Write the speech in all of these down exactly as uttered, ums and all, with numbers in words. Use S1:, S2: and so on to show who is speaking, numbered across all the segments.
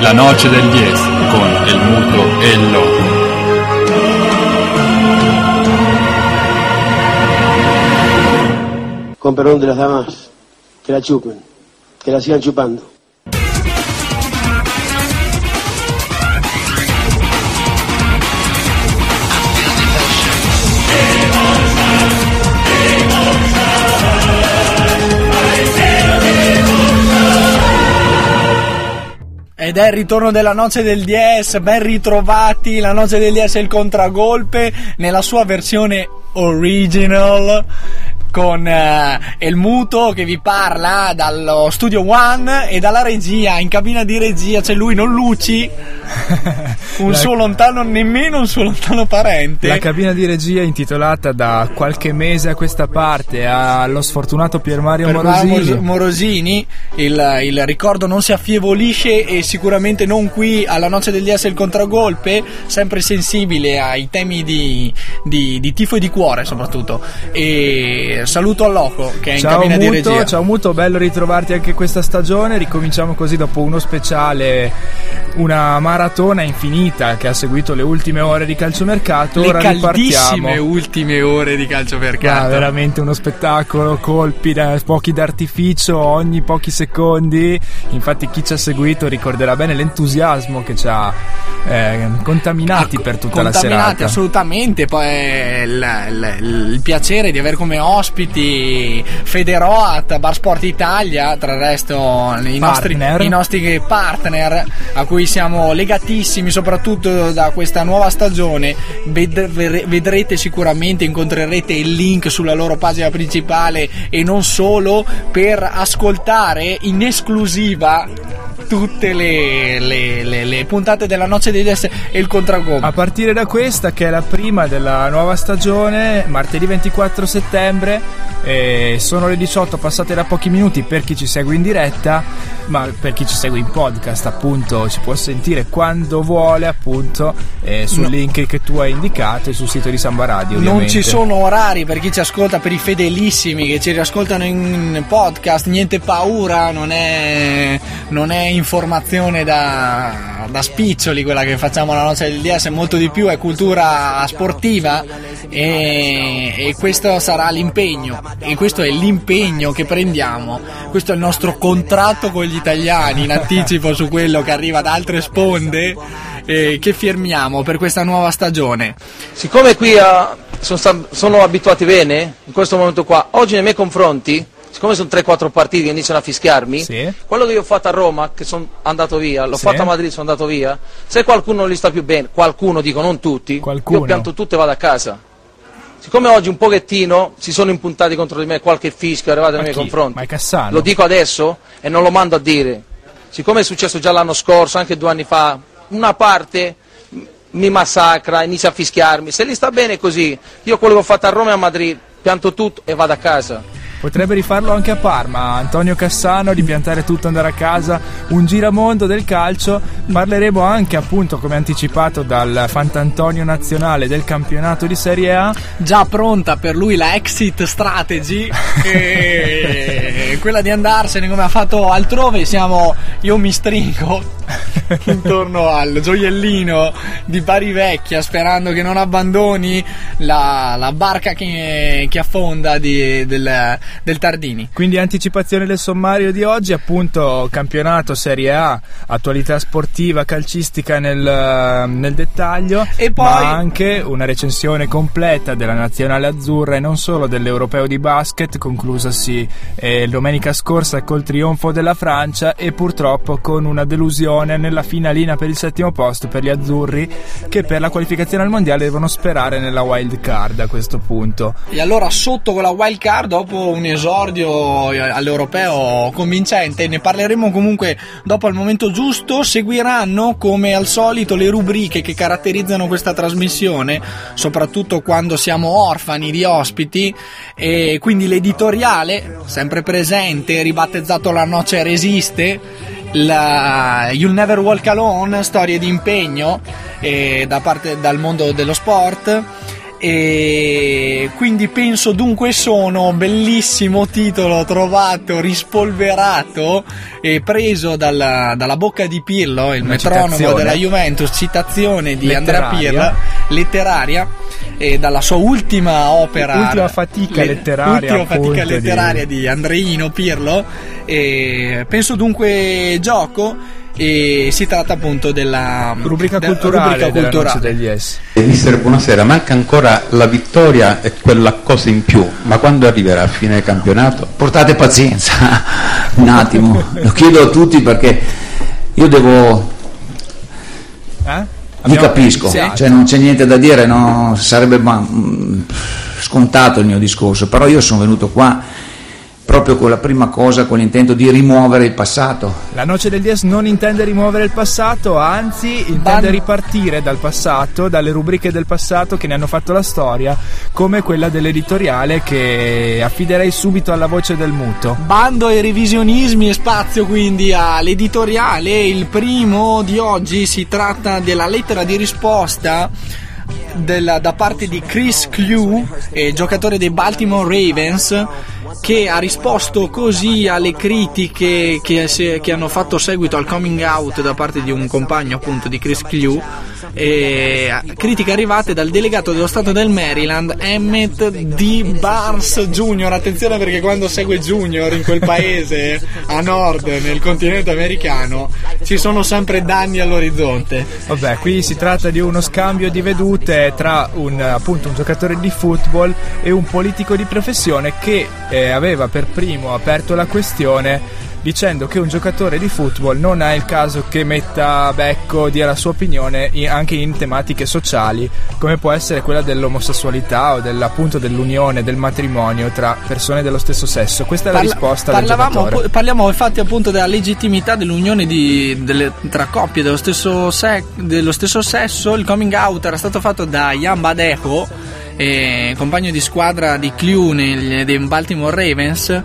S1: La noche del diez con El Muto e el Loco.
S2: Con perdón de las damas, que la chupen, que la sigan chupando.
S3: Ed è il ritorno della noce del diez, ben ritrovati, la noce del diez è il contragolpe nella sua versione original, con uh, El Muto che vi parla dallo Studio One e dalla regia. In cabina di regia c'è lui, non Luci, un la... suo lontano, nemmeno un suo lontano parente.
S4: La cabina di regia è intitolata da qualche mese a questa parte allo sfortunato Pier Mario
S3: per
S4: Morosini.
S3: Morosini. Il, il ricordo non si affievolisce, e sicuramente non qui alla noce del diez il contragolpe, sempre sensibile ai temi di, di, di tifo e di cuore soprattutto. E saluto al Loco che è in
S4: ciao
S3: cabina
S4: Muto,
S3: di regia.
S4: Ciao Muto, bello ritrovarti anche questa stagione. Ricominciamo così dopo uno speciale, una maratona infinita che ha seguito le ultime ore di calciomercato.
S3: Le
S4: Ora
S3: caldissime
S4: ripartiamo.
S3: ultime ore di calciomercato.
S4: Ah, veramente uno spettacolo, colpi da fuochi d'artificio ogni pochi secondi. Infatti chi ci ha seguito ricorderà bene l'entusiasmo che ci ha eh, contaminati ah, per tutta la serata.
S3: Contaminati assolutamente. Poi il, il, il piacere di aver come ospiti Federoat, Bar Sport Italia, tra il resto i nostri, i nostri partner a cui siamo legatissimi, soprattutto da questa nuova stagione. Ved- vedrete sicuramente, incontrerete il link sulla loro pagina principale, e non solo, per ascoltare in esclusiva tutte le, le, le, le puntate della noce dei diez e il contragolpe.
S4: A partire da questa, che è la prima della nuova stagione, martedì ventiquattro settembre, eh, sono le diciotto passate da pochi minuti per chi ci segue in diretta, ma per chi ci segue in podcast appunto ci può sentire quando vuole, appunto eh, sul no. link che tu hai indicato e sul sito di Samba Radio. Ovviamente
S3: non ci sono orari per chi ci ascolta, per i fedelissimi che ci riascoltano in podcast, niente paura, non è non è informazione da, da spiccioli quella che facciamo alla noce del diez, è molto di più, è cultura sportiva, e, e questo sarà l'impegno, e questo è l'impegno che prendiamo, questo è il nostro contratto con gli italiani in anticipo su quello che arriva da altre sponde, eh, che firmiamo per questa nuova stagione.
S5: Siccome qui uh, sono, sono abituati bene in questo momento qua, oggi nei miei confronti, siccome sono tre quattro partiti che iniziano a fischiarmi,
S4: sì.
S5: quello che io ho fatto a Roma, che sono andato via, l'ho
S4: sì.
S5: fatto a Madrid, sono andato via, se qualcuno non li sta più bene, qualcuno, dico non tutti,
S4: qualcuno.
S5: io pianto tutto e vado a casa. Siccome oggi un pochettino si sono impuntati contro di me, qualche fischio è arrivato nei miei confronti,
S4: ma è Cassano.
S5: Lo dico adesso e non lo mando a dire. Siccome è successo già l'anno scorso, anche due anni fa, una parte mi massacra, inizia a fischiarmi, se gli sta bene così, io quello che ho fatto a Roma e a Madrid, pianto tutto e vado a casa.
S4: Potrebbe rifarlo anche a Parma, Antonio Cassano, di piantare tutto, andare a casa, un giramondo del calcio. Parleremo anche, appunto, come anticipato dal Fantantonio nazionale, del campionato di Serie A.
S3: Già pronta per lui la exit strategy, e quella di andarsene come ha fatto altrove. Siamo, io mi stringo intorno al gioiellino di Bari Vecchia, sperando che non abbandoni la, la barca che, che affonda di, del, del Tardini.
S4: Quindi anticipazione del sommario di oggi, appunto campionato Serie A, attualità sportiva calcistica nel, nel dettaglio,
S3: e poi
S4: ma anche una recensione completa della nazionale azzurra e non solo dell'europeo di basket, conclusasi eh, domenica scorsa col trionfo della Francia, e purtroppo con una delusione nella finalina per il settimo posto per gli azzurri, che per la qualificazione al mondiale devono sperare nella wild card a questo punto.
S3: E allora sotto quella wild card, dopo un esordio all'europeo convincente, ne parleremo comunque dopo al momento giusto. Seguiranno come al solito le rubriche che caratterizzano questa trasmissione, soprattutto quando siamo orfani di ospiti, e quindi l'editoriale sempre presente, ribattezzato La Noce Resiste, la You'll Never Walk Alone, storie di impegno eh, da parte dal mondo dello sport. E quindi penso dunque sono, bellissimo titolo trovato, rispolverato e preso dalla, dalla bocca di Pirlo, il Una metronomo citazione. della Juventus, citazione di letteraria. Andrea Pirlo, letteraria, e dalla sua ultima opera,
S4: ultima fatica le, letteraria,
S3: ultima fatica letteraria di... di Andreino Pirlo. E penso dunque gioco. E si tratta appunto della
S4: rubrica
S3: de,
S4: culturale,
S3: rubrica
S4: della
S3: culturale.
S4: Noce degli S.
S6: Mister, buonasera, manca ancora la vittoria e quella cosa in più, ma quando arriverà a fine campionato?
S7: Portate pazienza un attimo, lo chiedo a tutti perché io devo
S4: eh?
S7: vi capisco, sì. Cioè non c'è niente da dire, no? Sarebbe ma, scontato il mio discorso, però io sono venuto qua proprio con la prima cosa, con l'intento di rimuovere il passato.
S4: La Noce del D S non intende rimuovere il passato, anzi intende Ban- ripartire dal passato, dalle rubriche del passato che ne hanno fatto la storia, come quella dell'editoriale che affiderei subito alla voce del muto.
S3: Bando ai revisionismi e spazio quindi all'editoriale. Il primo di oggi si tratta della lettera di risposta della, da parte di Chris Clew, eh, giocatore dei Baltimore Ravens, che ha risposto così alle critiche che, se, che hanno fatto seguito al coming out da parte di un compagno appunto di Chris Clew, e critiche arrivate dal delegato dello stato del Maryland Emmett D. Barnes Junior Attenzione, perché quando segue Junior in quel paese a nord nel continente americano ci sono sempre danni all'orizzonte.
S4: Vabbè, qui si tratta di uno scambio di vedute tra un, appunto, un giocatore di football e un politico di professione che eh, aveva per primo aperto la questione dicendo che un giocatore di football non è il caso che metta becco, dia la sua opinione in, anche in tematiche sociali, come può essere quella dell'omosessualità o dell'appunto dell'unione, del matrimonio tra persone dello stesso sesso. Questa è la Parla- risposta del giocatore.
S3: Parliamo infatti appunto della legittimità dell'unione di, delle, tra coppie dello stesso, se- dello stesso sesso. Il coming out era stato fatto da Ian Badejo, eh, compagno di squadra di Clew nei, dei Baltimore Ravens.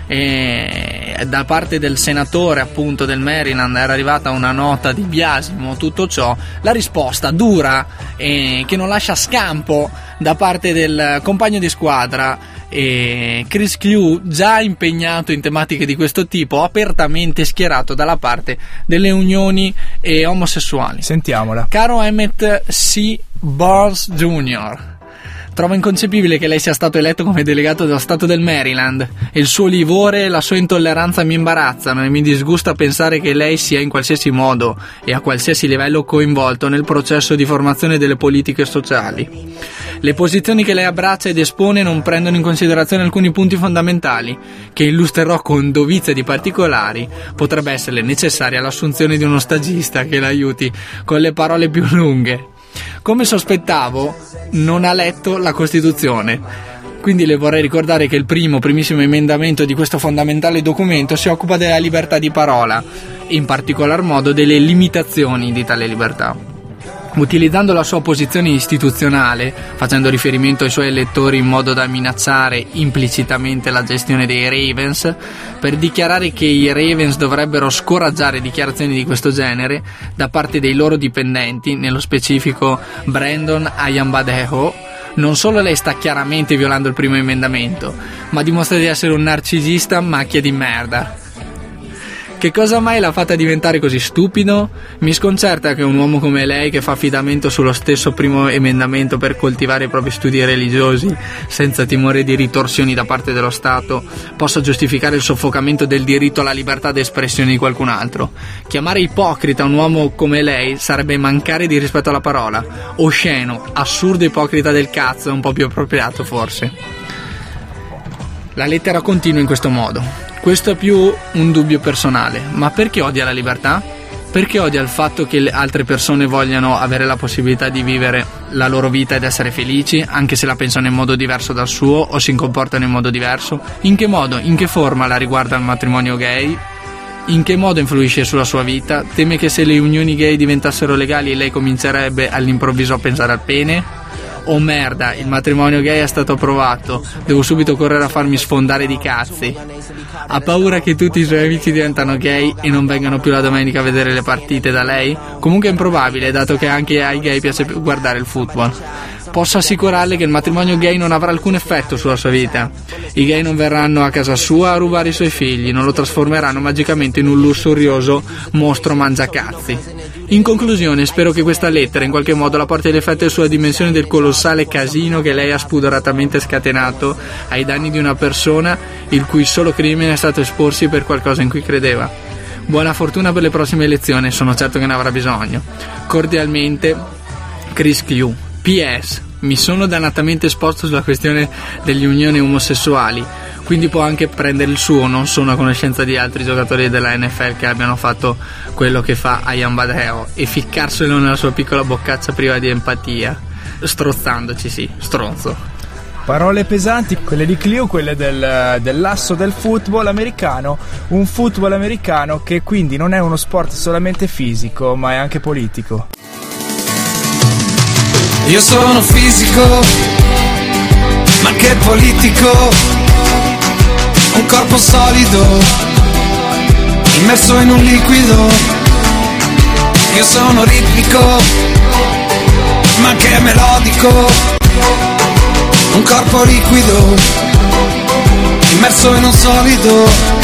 S3: E da parte del senatore appunto del Maryland era arrivata una nota di biasimo tutto ciò. La risposta dura e che non lascia scampo da parte del compagno di squadra, e Chris Clew, già impegnato in tematiche di questo tipo, apertamente schierato dalla parte delle unioni e omosessuali.
S4: Sentiamola.
S3: Caro Emmett C. Barnes Junior, trovo inconcepibile che lei sia stato eletto come delegato dello stato del Maryland. Il suo livore e la sua intolleranza mi imbarazzano e mi disgusta pensare che lei sia in qualsiasi modo e a qualsiasi livello coinvolto nel processo di formazione delle politiche sociali. Le posizioni che lei abbraccia ed espone non prendono in considerazione alcuni punti fondamentali, che illustrerò con dovizia di particolari. Potrebbe essere necessaria l'assunzione di uno stagista che l'aiuti con le parole più lunghe. Come sospettavo, non ha letto la Costituzione. Quindi le vorrei ricordare che il primo, primissimo emendamento di questo fondamentale documento si occupa della libertà di parola, in particolar modo delle limitazioni di tale libertà. Utilizzando la sua posizione istituzionale, facendo riferimento ai suoi elettori in modo da minacciare implicitamente la gestione dei Ravens, per dichiarare che i Ravens dovrebbero scoraggiare dichiarazioni di questo genere da parte dei loro dipendenti, nello specifico Brandon Ayanbadejo, non solo lei sta chiaramente violando il primo emendamento, ma dimostra di essere un narcisista macchia di merda. Che cosa mai l'ha fatta diventare così stupido? Mi sconcerta che un uomo come lei, che fa affidamento sullo stesso primo emendamento per coltivare i propri studi religiosi senza timore di ritorsioni da parte dello Stato, possa giustificare il soffocamento del diritto alla libertà d'espressione di qualcun altro. Chiamare ipocrita un uomo come lei sarebbe mancare di rispetto alla parola. Osceno, assurdo, ipocrita del cazzo è un po' più appropriato forse. La lettera continua in questo modo. Questo è più un dubbio personale, ma perché odia la libertà? Perché odia il fatto che le altre persone vogliano avere la possibilità di vivere la loro vita ed essere felici, anche se la pensano in modo diverso dal suo o si comportano in modo diverso? In che modo, in che forma la riguarda il matrimonio gay? In che modo influisce sulla sua vita? Teme che se le unioni gay diventassero legali lei comincerebbe all'improvviso a pensare al pene? Oh merda, il matrimonio gay è stato approvato, devo subito correre a farmi sfondare di cazzi. Ha paura che tutti i suoi amici diventano gay e non vengano più la domenica a vedere le partite da lei? Comunque è improbabile, dato che anche ai gay piace guardare il football. Posso assicurarle che il matrimonio gay non avrà alcun effetto sulla sua vita. I gay non verranno a casa sua a rubare i suoi figli, non lo trasformeranno magicamente in un lussurioso mostro mangiacazzi. In conclusione, spero che questa lettera in qualche modo la porti agli effetti sulla dimensione del colossale casino che lei ha spudoratamente scatenato ai danni di una persona il cui solo crimine è stato esporsi per qualcosa in cui credeva. Buona fortuna per le prossime elezioni, sono certo che ne avrà bisogno. Cordialmente, Chris Q. P S. Mi sono dannatamente esposto sulla questione delle unioni omosessuali, quindi può anche prendere il suo, non sono a conoscenza di altri giocatori della N F L che abbiano fatto quello che fa Ian Badeo e ficcarselo nella sua piccola boccaccia priva di empatia, strozzandoci, sì, stronzo.
S4: Parole pesanti, quelle di Clio, quelle del, dell'asso del football americano, un football americano che quindi non è uno sport solamente fisico ma è anche politico.
S8: Io sono fisico, ma che politico, un corpo solido, immerso in un liquido. Io sono ritmico, ma che melodico, un corpo liquido, immerso in un solido.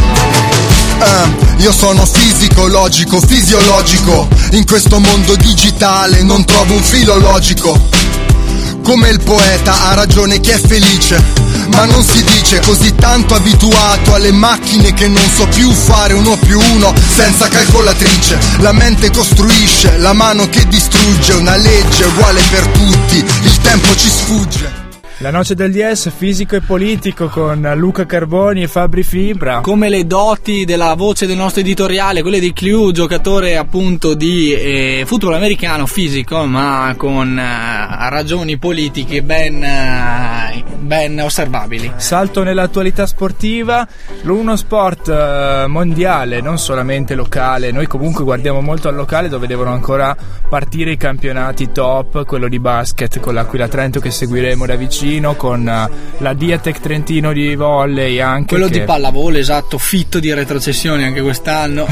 S9: Uh, io sono fisico, logico, fisiologico. In questo mondo digitale non trovo un filo logico. Come il poeta ha ragione chi è felice, ma non si dice, così tanto abituato alle macchine che non so più fare uno più uno senza calcolatrice. La mente costruisce, la mano che distrugge, una legge uguale per tutti, il tempo ci sfugge.
S4: La noce del D S fisico e politico con Luca Carboni e Fabri Fibra.
S3: Come le doti della voce del nostro editoriale, quelle di Clio, giocatore appunto di eh, football americano fisico, ma con eh, ragioni politiche ben, eh, ben osservabili.
S4: Salto nell'attualità sportiva, uno sport eh, mondiale, non solamente locale. Noi comunque guardiamo molto al locale, dove devono ancora partire i campionati top, quello di basket con l'Aquila Trento che seguiremo da vicino, con la Diatec Trentino di volley, anche
S3: quello
S4: che...
S3: di pallavolo, esatto, fitto di retrocessioni anche quest'anno.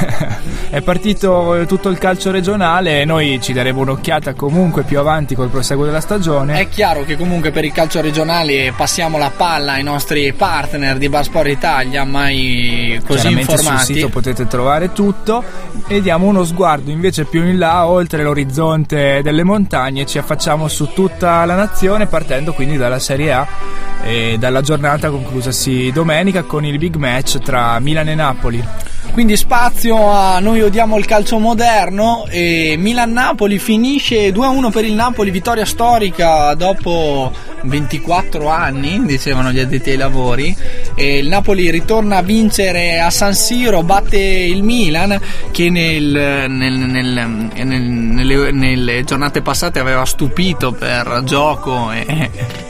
S4: È partito tutto il calcio regionale e noi ci daremo un'occhiata comunque più avanti col proseguo della stagione.
S3: È chiaro che comunque per il calcio regionale passiamo la palla ai nostri partner di Barsport Italia, mai così
S4: chiaramente
S3: informati.
S4: Sul sito potete trovare tutto e diamo uno sguardo invece più in là, oltre l'orizzonte delle montagne. Ci affacciamo su tutta la nazione, partendo quindi dalla Serie A e dalla giornata conclusasi domenica con il big match tra Milan e Napoli.
S3: Quindi spazio a Noi odiamo il calcio moderno e Milan-Napoli finisce due a uno per il Napoli, vittoria storica dopo ventiquattro anni, dicevano gli addetti ai lavori, e il Napoli ritorna a vincere a San Siro, batte il Milan che nel, nel, nel, nel, nelle, nelle giornate passate aveva stupito per gioco e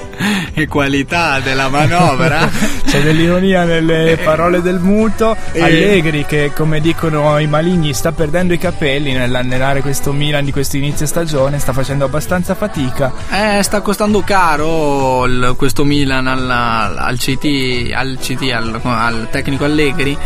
S3: e qualità della manovra.
S4: C'è dell'ironia nelle parole del muto. Allegri che, come dicono i maligni, sta perdendo i capelli nell'allenare questo Milan di questo inizio stagione, sta facendo abbastanza fatica.
S3: Eh, sta costando caro il, questo Milan al, al C T, al, C T al, al tecnico Allegri,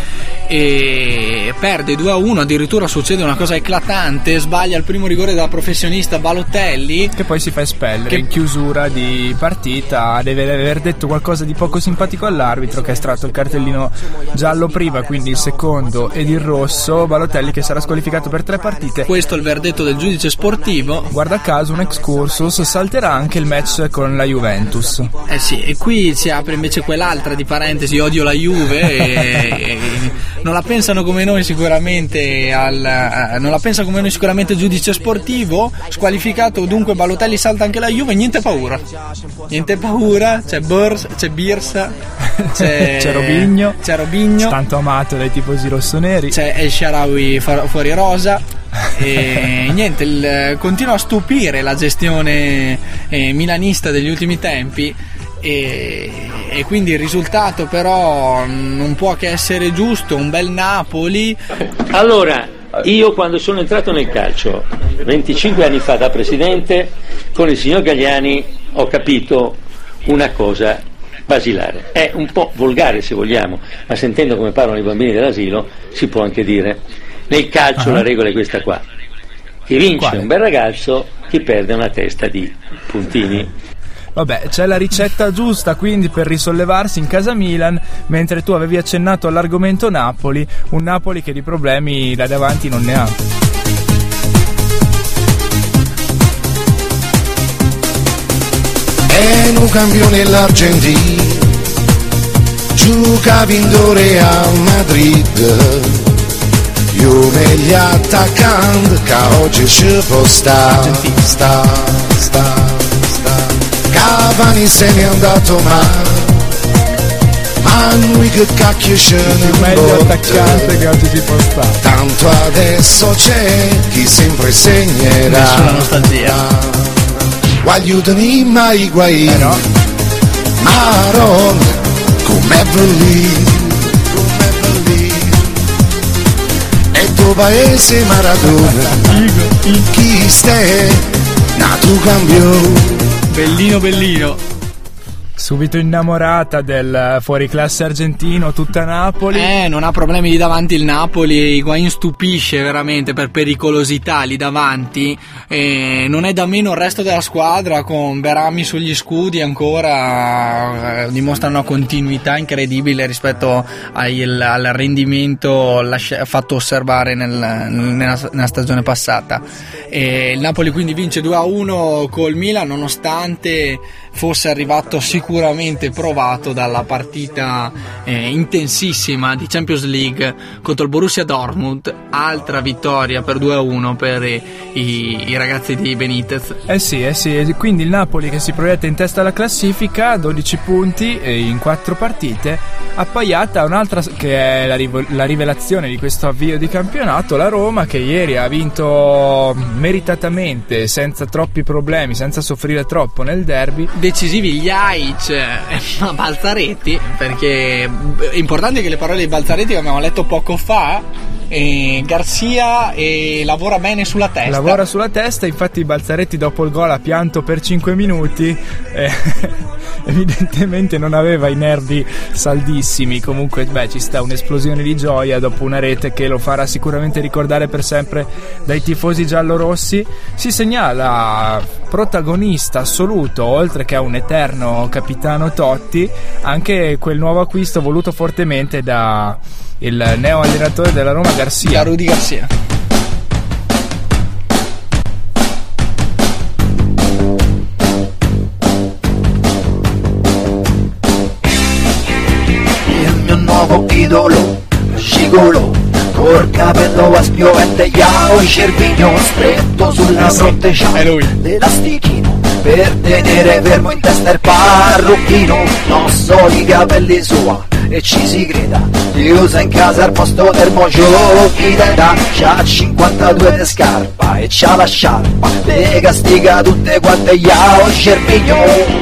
S3: e perde due a uno. Addirittura succede una cosa eclatante, sbaglia il primo rigore della professionista Balotelli,
S4: che poi si fa espellere
S3: che...
S4: in chiusura di partita. Deve aver detto qualcosa di poco simpatico all'arbitro, che ha estratto il cartellino giallo prima, quindi il secondo ed il rosso. Balotelli che sarà squalificato per tre partite.
S3: Questo è il verdetto del giudice sportivo.
S4: Guarda caso un excursus, salterà anche il match con la Juventus.
S3: Eh sì, e qui si apre invece quell'altra di parentesi, odio la Juve e, e non la pensano come noi sicuramente al, non la pensa come noi sicuramente il giudice sportivo. Squalificato dunque Balotelli, salta anche la Juve, niente paura. Niente paura, c'è Burs, c'è Birsa, c'è,
S4: c'è Robinho,
S3: c'è Robinho,
S4: tanto amato dai tifosi rossoneri,
S3: c'è El Shaarawy fuori rosa. E niente, il, continua a stupire la gestione eh, milanista degli ultimi tempi. E, e quindi il risultato però non può che essere giusto, un bel Napoli.
S10: Allora, io quando sono entrato nel calcio venticinque anni fa da presidente con il signor Gagliani ho capito una cosa basilare, è un po' volgare se vogliamo, ma sentendo come parlano i bambini dell'asilo si può anche dire: nel calcio uh-huh. la regola è questa qua, Chi vince
S4: Quale?
S10: è un bel ragazzo, chi perde una testa di puntini.
S4: Vabbè, c'è la ricetta giusta quindi per risollevarsi in casa Milan, mentre tu avevi accennato all'argomento Napoli, un Napoli che di problemi là davanti non ne ha.
S8: È un campione l'Argentina, gioca vincitore a Madrid, io meglio attaccando che oggi ci può stare, sta, sta. Cavani se n'è andato male, ma lui che cacchio ce ne
S4: meglio attaccante che oggi si può stare.
S8: Tanto adesso c'è chi sempre segnerà.
S3: Nessuna nostalgia.
S8: Guagliutami mai guai,
S4: eh no.
S8: Maron, com'è bellino, com'è bellino. E tuo paese Maradona, chi stai, nato campione.
S3: Bellino bellino.
S4: Subito innamorata del fuoriclasse argentino, tutta Napoli.
S3: Eh, non ha problemi lì davanti il Napoli. Higuain stupisce veramente per pericolosità lì davanti. Eh, non è da meno il resto della squadra, con Berami sugli scudi ancora eh, dimostra una continuità incredibile rispetto ai, al rendimento lascia, fatto osservare nel, nella, nella stagione passata. Eh, il Napoli quindi vince due a uno col Milan, nonostante fosse arrivato sicuramente provato dalla partita eh, intensissima di Champions League contro il Borussia Dortmund. Altra vittoria per due a uno per i, i, i ragazzi di Benitez.
S4: Eh sì, eh sì, quindi il Napoli che si proietta in testa alla classifica, dodici punti in quattro partite, appaiata un'altra che è la, rivo- la rivelazione di questo avvio di campionato, la Roma, che ieri ha vinto meritatamente, senza troppi problemi, senza soffrire troppo nel derby.
S3: Decisivi Ljajic, ma Balzaretti, perché è importante che le parole di Balzaretti che abbiamo letto poco fa. E Garcia e lavora bene sulla testa.
S4: Lavora sulla testa, infatti Balzaretti dopo il gol ha pianto per cinque minuti. Eh, evidentemente non aveva i nervi saldissimi. Comunque, beh, ci sta un'esplosione di gioia dopo una rete che lo farà sicuramente ricordare per sempre dai tifosi giallorossi. Si segnala protagonista assoluto, oltre che a un eterno capitano Totti, anche quel nuovo acquisto voluto fortemente da il neo allenatore della Roma, Garcia.
S3: Da Rudy Garcia.
S11: Il mio nuovo idolo, Gigolo, col capello a spiovente, Iao Cervigno, stretto sulla fronte c'ha l'elastichino per tenere fermo in testa il parrucchino. Non so i capelli sua e ci si creda, li usa in casa al posto del giochi d'età. C'ha cinquantadue di scarpa e c'ha la sciarpa, le castiga tutte quante, Iao Cervigno.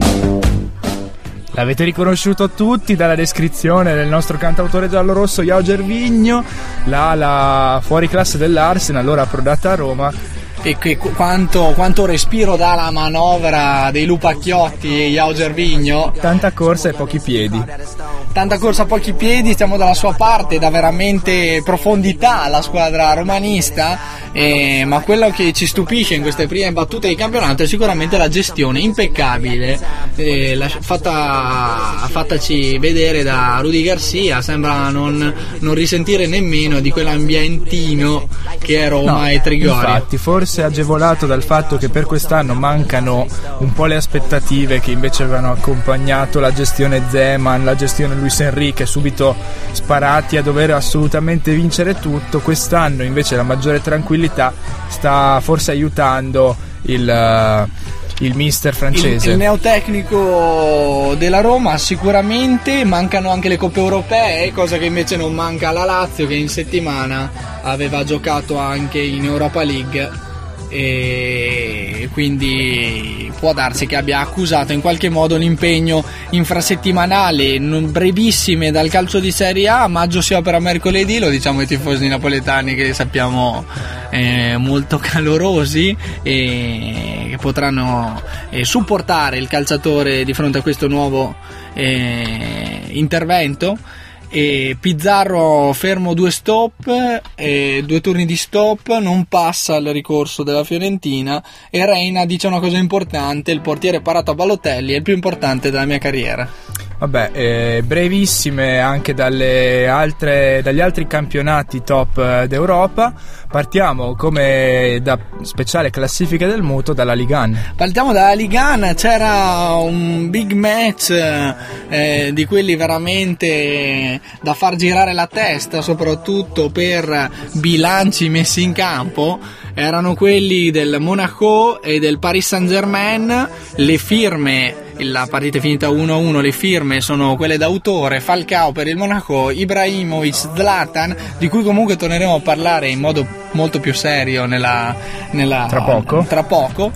S4: L'avete riconosciuto tutti dalla descrizione del nostro cantautore giallorosso Iao Gervigno, la, la fuoriclasse dell'Arsenal, allora approdata a Roma.
S3: E che, quanto, quanto respiro dà la manovra dei Lupacchiotti e Iao Gervigno.
S4: Tanta corsa e pochi piedi.
S3: Tanta corsa a pochi piedi, stiamo dalla sua parte, dà veramente profondità alla squadra romanista, eh, ma quello che ci stupisce in queste prime battute di campionato è sicuramente la gestione impeccabile, eh, la, fatta, fattaci vedere da Rudy Garcia. Sembra non, non risentire nemmeno di quell'ambientino che è Roma
S4: no,
S3: e Trigoria.
S4: Infatti, forse agevolato dal fatto che per quest'anno mancano un po' le aspettative che invece avevano accompagnato la gestione Zeman, la gestione Luis Enrique, subito sparati a dover assolutamente vincere tutto. Quest'anno invece la maggiore tranquillità sta forse aiutando il, uh, il mister francese.
S3: Il, il neotecnico della Roma sicuramente. Mancano anche le coppe europee, cosa che invece non manca alla Lazio, che in settimana aveva giocato anche in Europa League, e quindi può darsi che abbia accusato in qualche modo l'impegno infrasettimanale. Non brevissime dal calcio di Serie A, maggio si opera mercoledì, lo diciamo ai tifosi napoletani che sappiamo eh, molto calorosi e che potranno eh, supportare il calciatore di fronte a questo nuovo eh, intervento. e Pizzarro fermo due stop e due turni di stop, non passa il ricorso della Fiorentina e Reina dice una cosa importante: il portiere parato a Balotelli è il più importante della mia carriera.
S4: Vabbè, eh, brevissime anche dalle altre, dagli altri campionati top eh, d'Europa. Partiamo come da speciale classifica del muto dalla Ligue uno.
S3: Partiamo dalla Ligue uno, c'era un big match eh, di quelli veramente da far girare la testa, soprattutto per bilanci messi in campo. Erano quelli del Monaco e del Paris Saint-Germain. Le firme, la partita è finita uno a uno, le firme sono quelle d'autore: Falcao per il Monaco, Ibrahimovic, Zlatan, di cui comunque torneremo a parlare in modo molto più serio nella, nella,
S4: tra poco.
S3: Tra poco.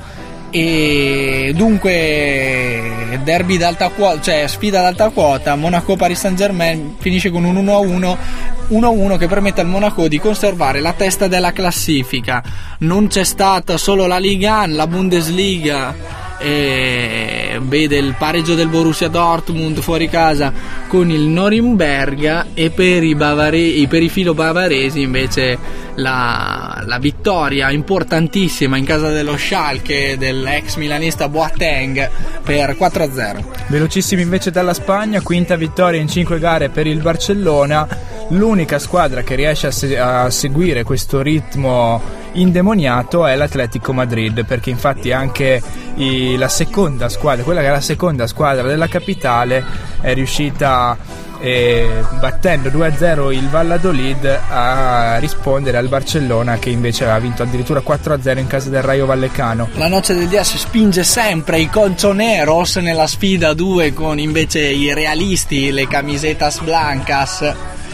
S3: E dunque derby d'alta quota, cioè sfida d'alta quota, Monaco-Paris Saint-Germain, finisce con un uno a uno, uno a uno che permette al Monaco di conservare la testa della classifica. Non c'è stata solo la Liga uno, la Bundesliga e vede il pareggio del Borussia Dortmund fuori casa con il Norimberga, e per i, bavare- per i filo bavaresi invece la, la vittoria importantissima in casa dello Schalke dell'ex milanista Boateng per quattro a zero.
S4: Velocissimi invece dalla Spagna, quinta vittoria in cinque gare per il Barcellona, l'unica squadra che riesce a, se- a seguire questo ritmo indemoniato è l'Atletico Madrid, perché infatti anche i, la seconda squadra, quella che è la seconda squadra della capitale, è riuscita eh, battendo due a zero il Valladolid a rispondere al Barcellona, che invece aveva vinto addirittura quattro a zero in casa del Rayo Vallecano.
S3: La Noche del Dia si spinge sempre i Colchoneros nella sfida due con invece i realisti, le camisetas blancas,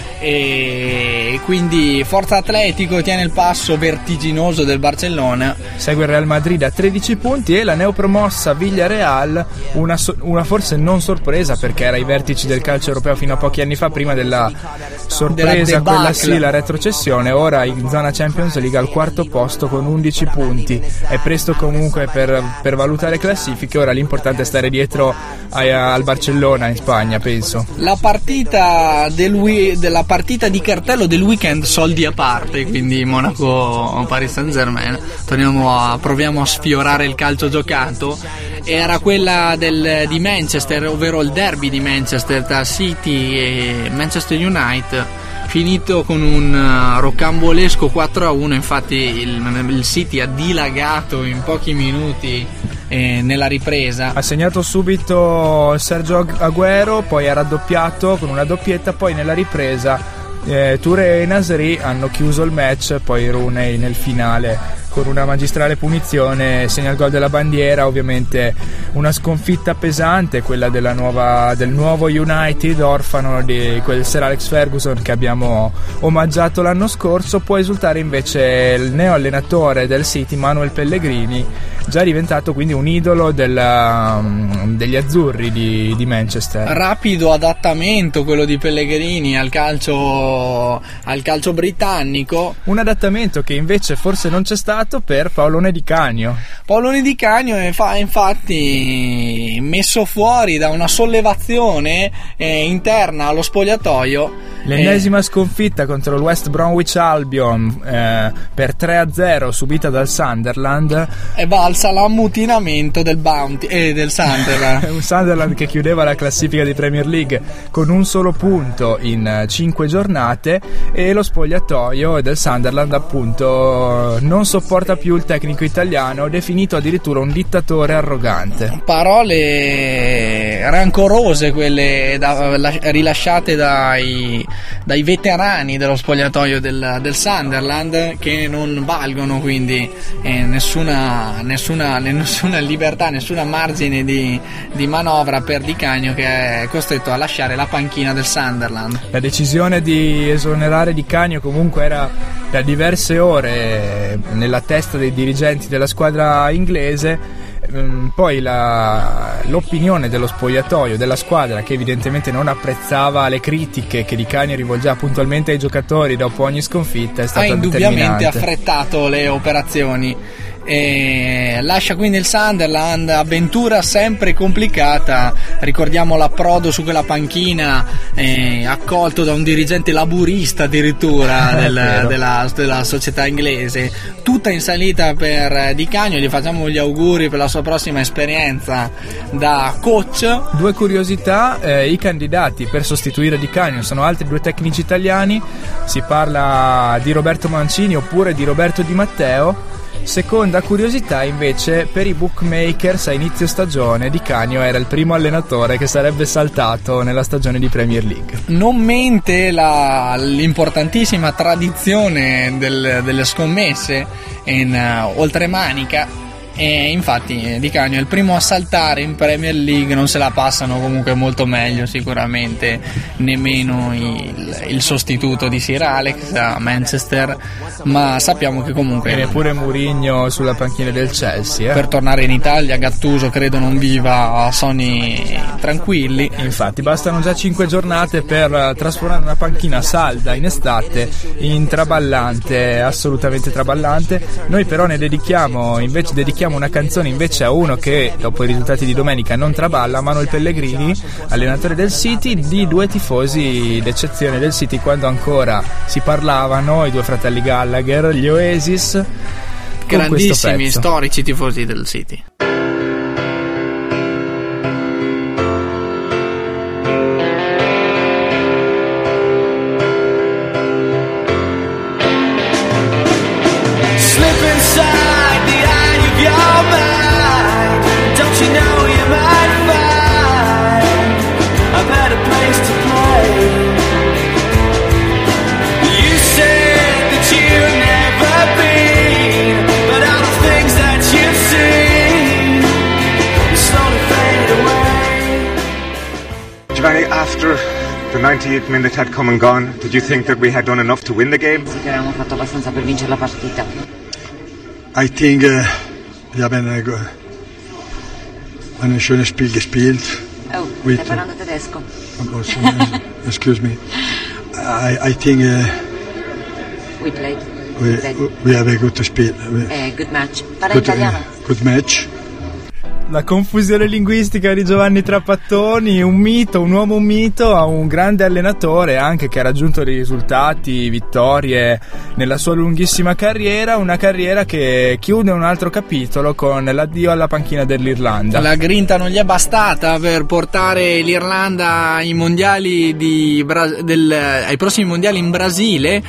S3: e quindi Forza Atletico tiene il passo vertiginoso del Barcellona.
S4: Segue il Real Madrid a tredici punti e la neopromossa Villarreal, una, so- una forse non sorpresa, perché era ai vertici del calcio europeo fino a pochi anni fa, prima della sorpresa,
S3: della
S4: quella sì, la retrocessione. Ora in zona Champions League al quarto posto con undici punti. È presto comunque per, per valutare classifiche, ora l'importante è stare dietro a, a, al Barcellona in Spagna, penso.
S3: La partita del we- della partita di cartello del weekend, soldi a parte, quindi Monaco-Paris Saint-Germain, torniamo a, proviamo a sfiorare il calcio giocato, era quella del, di Manchester, ovvero il derby di Manchester tra City e Manchester United, finito con un rocambolesco quattro a uno. Infatti il, il City ha dilagato in pochi minuti eh, nella ripresa.
S4: Ha segnato subito Sergio Agüero, poi ha raddoppiato con una doppietta, poi nella ripresa eh, Touré e Nasri hanno chiuso il match, poi Rooney nel finale con una magistrale punizione segna il gol della bandiera. Ovviamente una sconfitta pesante, quella della nuova, del nuovo United, orfano di quel Sir Alex Ferguson che abbiamo omaggiato l'anno scorso. Può esultare invece il neo allenatore del City, Manuel Pellegrini, già diventato quindi un idolo della, degli azzurri di, di Manchester.
S3: Rapido adattamento quello di Pellegrini al calcio, al calcio britannico,
S4: un adattamento che invece forse non c'è stato per Paolone Di Canio.
S3: Paolone Di Canio è fa, infatti messo fuori da una sollevazione eh, interna allo spogliatoio.
S4: L'ennesima
S3: eh,
S4: sconfitta contro il West Bromwich Albion eh, per tre a zero subita dal Sunderland
S3: è valsa l'ammutinamento del Bounty e eh, del Sunderland.
S4: Un Sunderland che chiudeva la classifica di Premier League con un solo punto in cinque giornate, e lo spogliatoio del Sunderland appunto non sopporta più il tecnico italiano, definito addirittura un dittatore arrogante.
S3: Parole rancorose quelle da, la, rilasciate dai, dai veterani dello spogliatoio del, del Sunderland, che non valgono quindi eh, nessuna, nessuna, nessuna libertà, nessuna margine di, di manovra per Di Canio, che è costretto a lasciare la panchina del Sunderland.
S4: La decisione di esonerare Di Canio comunque era da diverse ore nella testa dei dirigenti della squadra inglese. Poi la, l'opinione dello spogliatoio della squadra, che evidentemente non apprezzava le critiche che Di Canio rivolgeva puntualmente ai giocatori dopo ogni sconfitta, è stata
S3: ha indubbiamente
S4: determinante.
S3: affrettato le operazioni. E lascia quindi il Sunderland, avventura sempre complicata. Ricordiamo l'approdo su quella panchina, eh, accolto da un dirigente laburista addirittura del, della, della società inglese, tutta in salita per Di Canio. Gli facciamo gli auguri per la sua prossima esperienza da coach.
S4: Due curiosità: eh, i candidati per sostituire Di Canio sono altri due tecnici italiani, si parla di Roberto Mancini oppure di Roberto Di Matteo. Seconda curiosità invece, per i bookmakers a inizio stagione Di Canio era il primo allenatore che sarebbe saltato nella stagione di Premier League.
S3: Non mente la, l'importantissima tradizione del, delle scommesse in uh, oltremanica, e infatti Di Canio è il primo a saltare in Premier League. Non se la passano comunque molto meglio sicuramente nemmeno il, il sostituto di Sir Alex a Manchester, ma sappiamo che comunque
S4: e neppure Mourinho sulla panchina del Chelsea, eh?
S3: Per tornare in Italia Gattuso credo non viva sonni tranquilli.
S4: Infatti bastano già cinque giornate per trasformare una panchina salda in estate in traballante, assolutamente traballante. Noi però ne dedichiamo invece dedichiamo una canzone invece a uno che dopo i risultati di domenica non traballa, Manuel Pellegrini, allenatore del City, di due tifosi d'eccezione del City quando ancora si parlavano, i due fratelli Gallagher, gli Oasis,
S3: grandissimi storici tifosi del City.
S12: After the ninety-eighth minute had come and gone, did you think that we had done enough to win the game?
S13: Sì, che avevamo fatto abbastanza per vincere la partita.
S14: I think uh, wir haben eine, eine schönes Spiel gespielt.
S13: Oh,
S14: with,
S13: stai parlando tedesco.
S14: Uh, excuse me. I, I think uh,
S13: we played.
S14: We, we have a good spiel.
S13: Eh, good match. Parla
S14: good,
S13: italiano.
S14: Uh, good match.
S4: La confusione linguistica di Giovanni Trapattoni, un mito, un uomo mito, a un grande allenatore anche che ha raggiunto dei risultati, vittorie nella sua lunghissima carriera, una carriera che chiude un altro capitolo con l'addio alla panchina dell'Irlanda.
S3: La grinta non gli è bastata per portare l'Irlanda ai mondiali di Bra- del, ai prossimi mondiali in Brasile,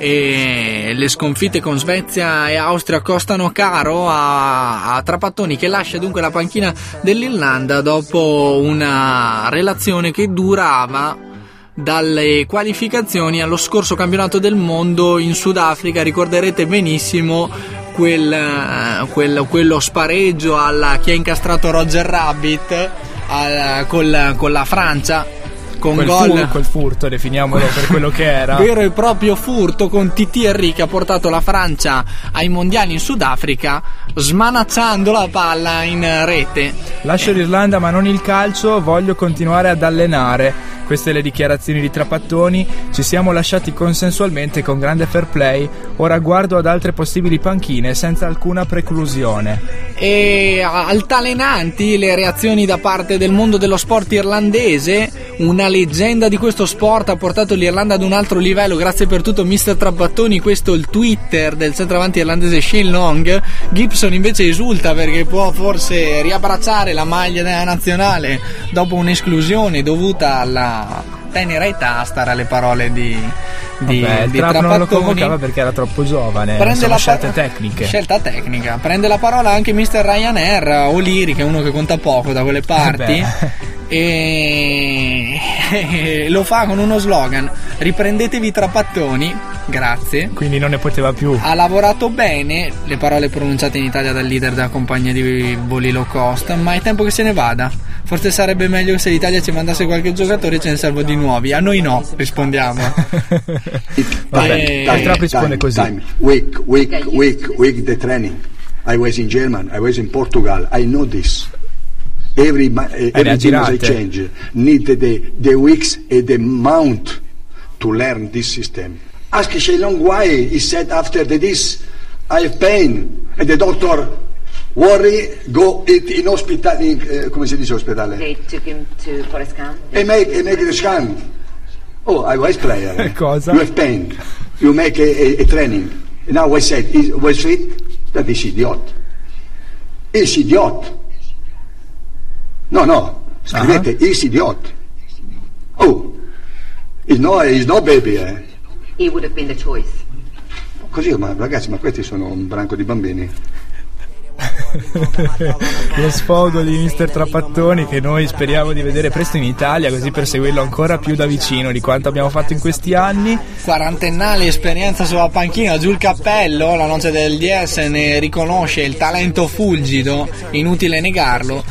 S3: e le sconfitte con Svezia e Austria costano caro a, a Trapattoni, che lascia dunque la panchina dell'Irlanda dopo una relazione che durava dalle qualificazioni allo scorso campionato del mondo in Sudafrica. Ricorderete benissimo quel, quel, quello spareggio alla, che ha incastrato Roger Rabbit al, col, con la Francia, con
S4: quel,
S3: gol,
S4: fur, quel furto, definiamolo per quello che era,
S3: vero e proprio furto, con Titi Henry che ha portato la Francia ai mondiali in Sudafrica smanacciando la palla in rete.
S4: Lascio l'Irlanda ma non il calcio, voglio continuare ad allenare. Queste le dichiarazioni di Trapattoni. Ci siamo lasciati consensualmente con grande fair play, ora guardo ad altre possibili panchine senza alcuna preclusione.
S3: E altalenanti le reazioni da parte del mondo dello sport irlandese. Una leggenda di questo sport ha portato l'Irlanda ad un altro livello. Grazie per tutto mister Trapattoni. Questo è il Twitter del centravanti irlandese Shane Long. Gibson invece esulta perché può forse riabbracciare la maglia della nazionale dopo un'esclusione dovuta alla tenera età. Stare alle parole di di,
S4: Vabbè,
S3: di
S4: il Trapp
S3: Trapattoni.
S4: non lo convocava perché era troppo giovane.
S3: Prende
S4: Sono
S3: la
S4: scelte
S3: par-
S4: tecniche.
S3: Scelta tecnica. Prende la parola anche mister Ryanair O'Leary, che è uno che conta poco da quelle parti, e... e lo fa con uno slogan: riprendetevi Trapattoni. Grazie.
S4: Quindi non ne poteva più.
S3: Ha lavorato bene, le parole pronunciate in Italia dal leader della compagnia di voli low cost, ma è tempo che se ne vada. Forse sarebbe meglio se l'Italia ci mandasse qualche giocatore, ce ne servono di nuovi. A noi no, rispondiamo.
S14: Time, time, risponde così. Time. Week, week, week, week the training. I was in Germany, I was in Portugal. I know this. Every uh, everything I change need the the weeks and the month to learn this system. Ask Shenlong why he said after the this I have pain. And the doctor worry, go it in hospital, in, uh, come si dice ospedale?
S13: They took him to for a scan.
S14: E make, e make the scan. Oh, I was player. Eh?
S4: Cosa?
S14: You have pain. You make a, a, a training. And now I said, is, was fit? That is idiot. Is idiot. No, no. Scrivete, uh-huh. Is idiot. Oh, he's no, he's no baby, eh.
S13: He would have been the choice.
S14: Così, ma ragazzi, ma questi sono un branco di bambini.
S4: Lo sfogo di mister Trapattoni, che noi speriamo di vedere presto in Italia, così per seguirlo ancora più da vicino di quanto abbiamo fatto in questi anni.
S3: Quarantennale esperienza sulla panchina, giù il cappello, la noce del D S ne riconosce il talento fulgido, inutile negarlo.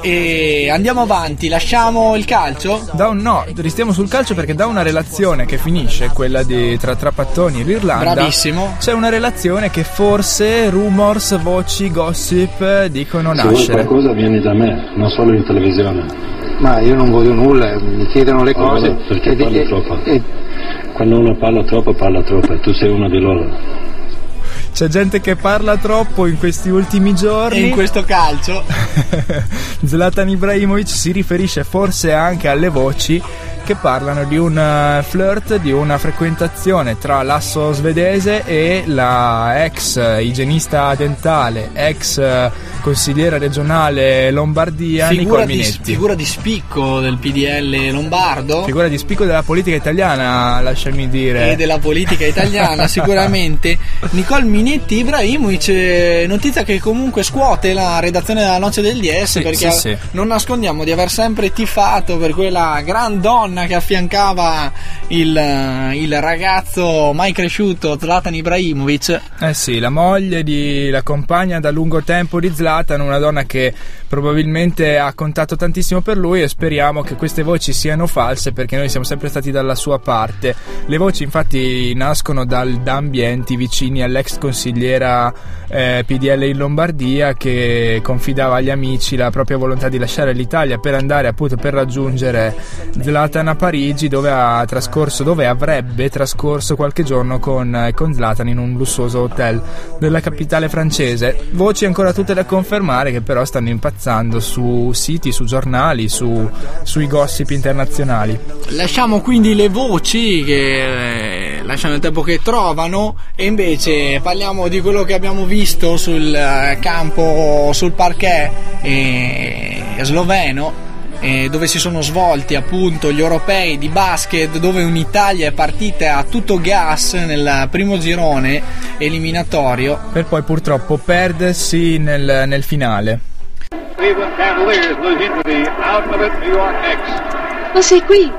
S3: E andiamo avanti, lasciamo il calcio?
S4: Da un no, restiamo sul calcio perché da una relazione che finisce, quella di tra Trapattoni e l'Irlanda,
S3: bravissimo,
S4: c'è una relazione che forse rumors, voci, gossip dicono nascere.
S15: Se vuoi qualcosa vieni da me, non solo in televisione.
S2: Ma io non voglio nulla, mi chiedono le cose.
S15: No, perché
S2: e,
S15: parli
S2: e,
S15: troppo.
S2: E...
S15: Quando uno parla troppo, parla troppo, e tu sei uno di loro.
S4: C'è gente che parla troppo in questi ultimi giorni.
S3: E in questo calcio
S4: Zlatan Ibrahimovic si riferisce forse anche alle voci che parlano di un flirt, di una frequentazione tra l'asso svedese e la ex igienista dentale, ex consigliera regionale Lombardia,
S3: figura
S4: Nicole
S3: di,
S4: Minetti.
S3: Figura di spicco del P D L lombardo.
S4: Figura di spicco della politica italiana, lasciami dire.
S3: E della politica italiana sicuramente. Nicole Minetti Ibrahimovic, notizia che comunque scuote la redazione della Noce del D S,
S4: sì,
S3: perché
S4: sì, sì.
S3: non nascondiamo di aver sempre tifato per quella gran donna che affiancava il, il ragazzo mai cresciuto Zlatan Ibrahimovic.
S4: Eh sì, la moglie di la compagna da lungo tempo di Zlatan, una donna che probabilmente ha contato tantissimo per lui, e speriamo che queste voci siano false, perché noi siamo sempre stati dalla sua parte. Le voci infatti nascono dal, da ambienti vicini all'ex consigliera eh, P D L in Lombardia, che confidava agli amici la propria volontà di lasciare l'Italia per andare appunto per raggiungere Zlatan a Parigi, dove ha trascorso dove avrebbe trascorso qualche giorno con, con Zlatan in un lussuoso hotel della capitale francese. Voci ancora tutte da confermare, che però stanno impazzando su siti, su giornali, su, sui gossip internazionali.
S3: Lasciamo quindi le voci che eh, lasciano il tempo che trovano, e invece parliamo di quello che abbiamo visto sul eh, campo, sul parquet eh, sloveno, eh, dove si sono svolti appunto gli europei di basket, dove un'Italia è partita a tutto gas nel primo girone eliminatorio
S4: per poi purtroppo perdersi nel, nel finale.
S16: Cleveland Cavaliers losing to the outmoded New York Knicks.
S17: Ma sei qui?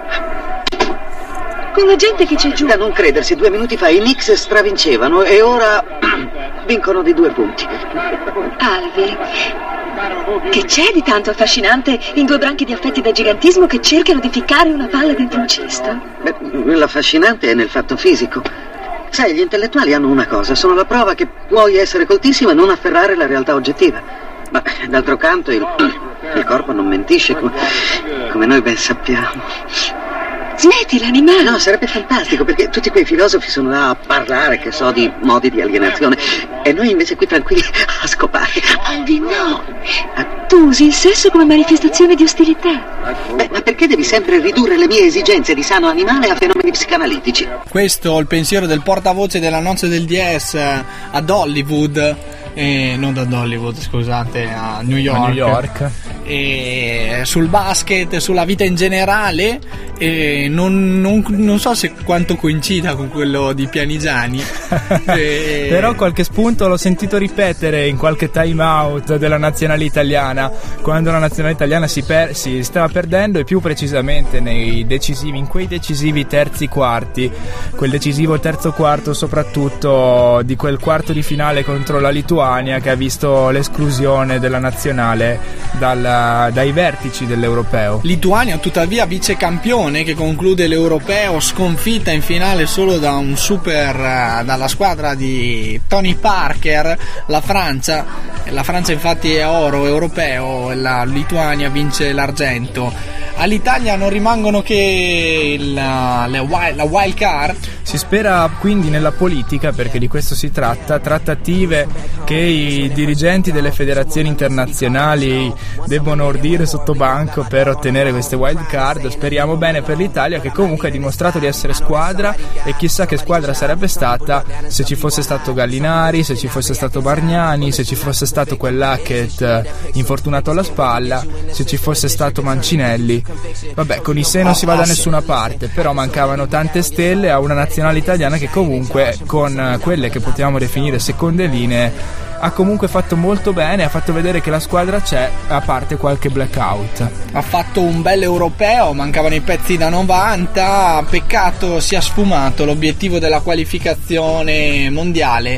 S17: Con la gente che c'è giù.
S18: Da non credersi, due minuti fa i Knicks stravincevano e ora vincono di due punti.
S17: Alvi, che c'è di tanto affascinante in due branchi di affetti da gigantismo che cercano di ficcare una palla dentro un cesto?
S18: Beh, l'affascinante è nel fatto fisico. Sai, gli intellettuali hanno una cosa, sono la prova che puoi essere coltissimo e non afferrare la realtà oggettiva. Ma d'altro canto il, il corpo non mentisce, come, come noi ben sappiamo.
S17: Smettila, animale!
S18: No, sarebbe fantastico, perché tutti quei filosofi sono là a parlare, che so, di modi di alienazione, e noi invece qui tranquilli a scopare.
S17: Alvi, no! Tu usi il sesso come manifestazione di ostilità.
S18: Beh, ma perché devi sempre ridurre le mie esigenze di sano animale a fenomeni psicanalitici?
S3: Questo è il pensiero del portavoce della Noce del D S ad Hollywood. Eh, non da Hollywood, scusate, a New York,
S4: a New York.
S3: E sul basket, sulla vita in generale, e non, non, non so se quanto coincida con quello di Pianigiani. e...
S4: Però qualche spunto l'ho sentito ripetere in qualche time out della nazionale italiana, quando la nazionale italiana si, per, si stava perdendo, e più precisamente nei decisivi, in quei decisivi terzi quarti, quel decisivo terzo quarto soprattutto di quel quarto di finale contro la Lituania, che ha visto l'esclusione della nazionale dal, dai vertici dell'europeo.
S3: Lituania tuttavia vice campione, che conclude l'europeo sconfitta in finale solo da un super dalla squadra di Tony Parker, la Francia. La Francia infatti è oro europeo, la Lituania vince l'argento. all'Italia non rimangono che il, le wild, la wild card.
S4: Si spera quindi nella politica, perché di questo si tratta, trattative che i dirigenti delle federazioni internazionali debbono ordire sotto banco per ottenere queste wild card. Speriamo bene per l'Italia, che comunque ha dimostrato di essere squadra, e chissà che squadra sarebbe stata se ci fosse stato Gallinari, se ci fosse stato Bargnani, se ci fosse stato quell'Hackett infortunato alla spalla, se ci fosse stato Mancinelli. Vabbè, con i sé non si va da nessuna parte, però mancavano tante stelle a una nazionale italiana che comunque, con quelle che potevamo definire seconde linee, ha comunque fatto molto bene, ha fatto vedere che la squadra c'è, a parte qualche blackout.
S3: Ha fatto un bel europeo, mancavano i pezzi da novanta, peccato sia sfumato l'obiettivo della qualificazione mondiale,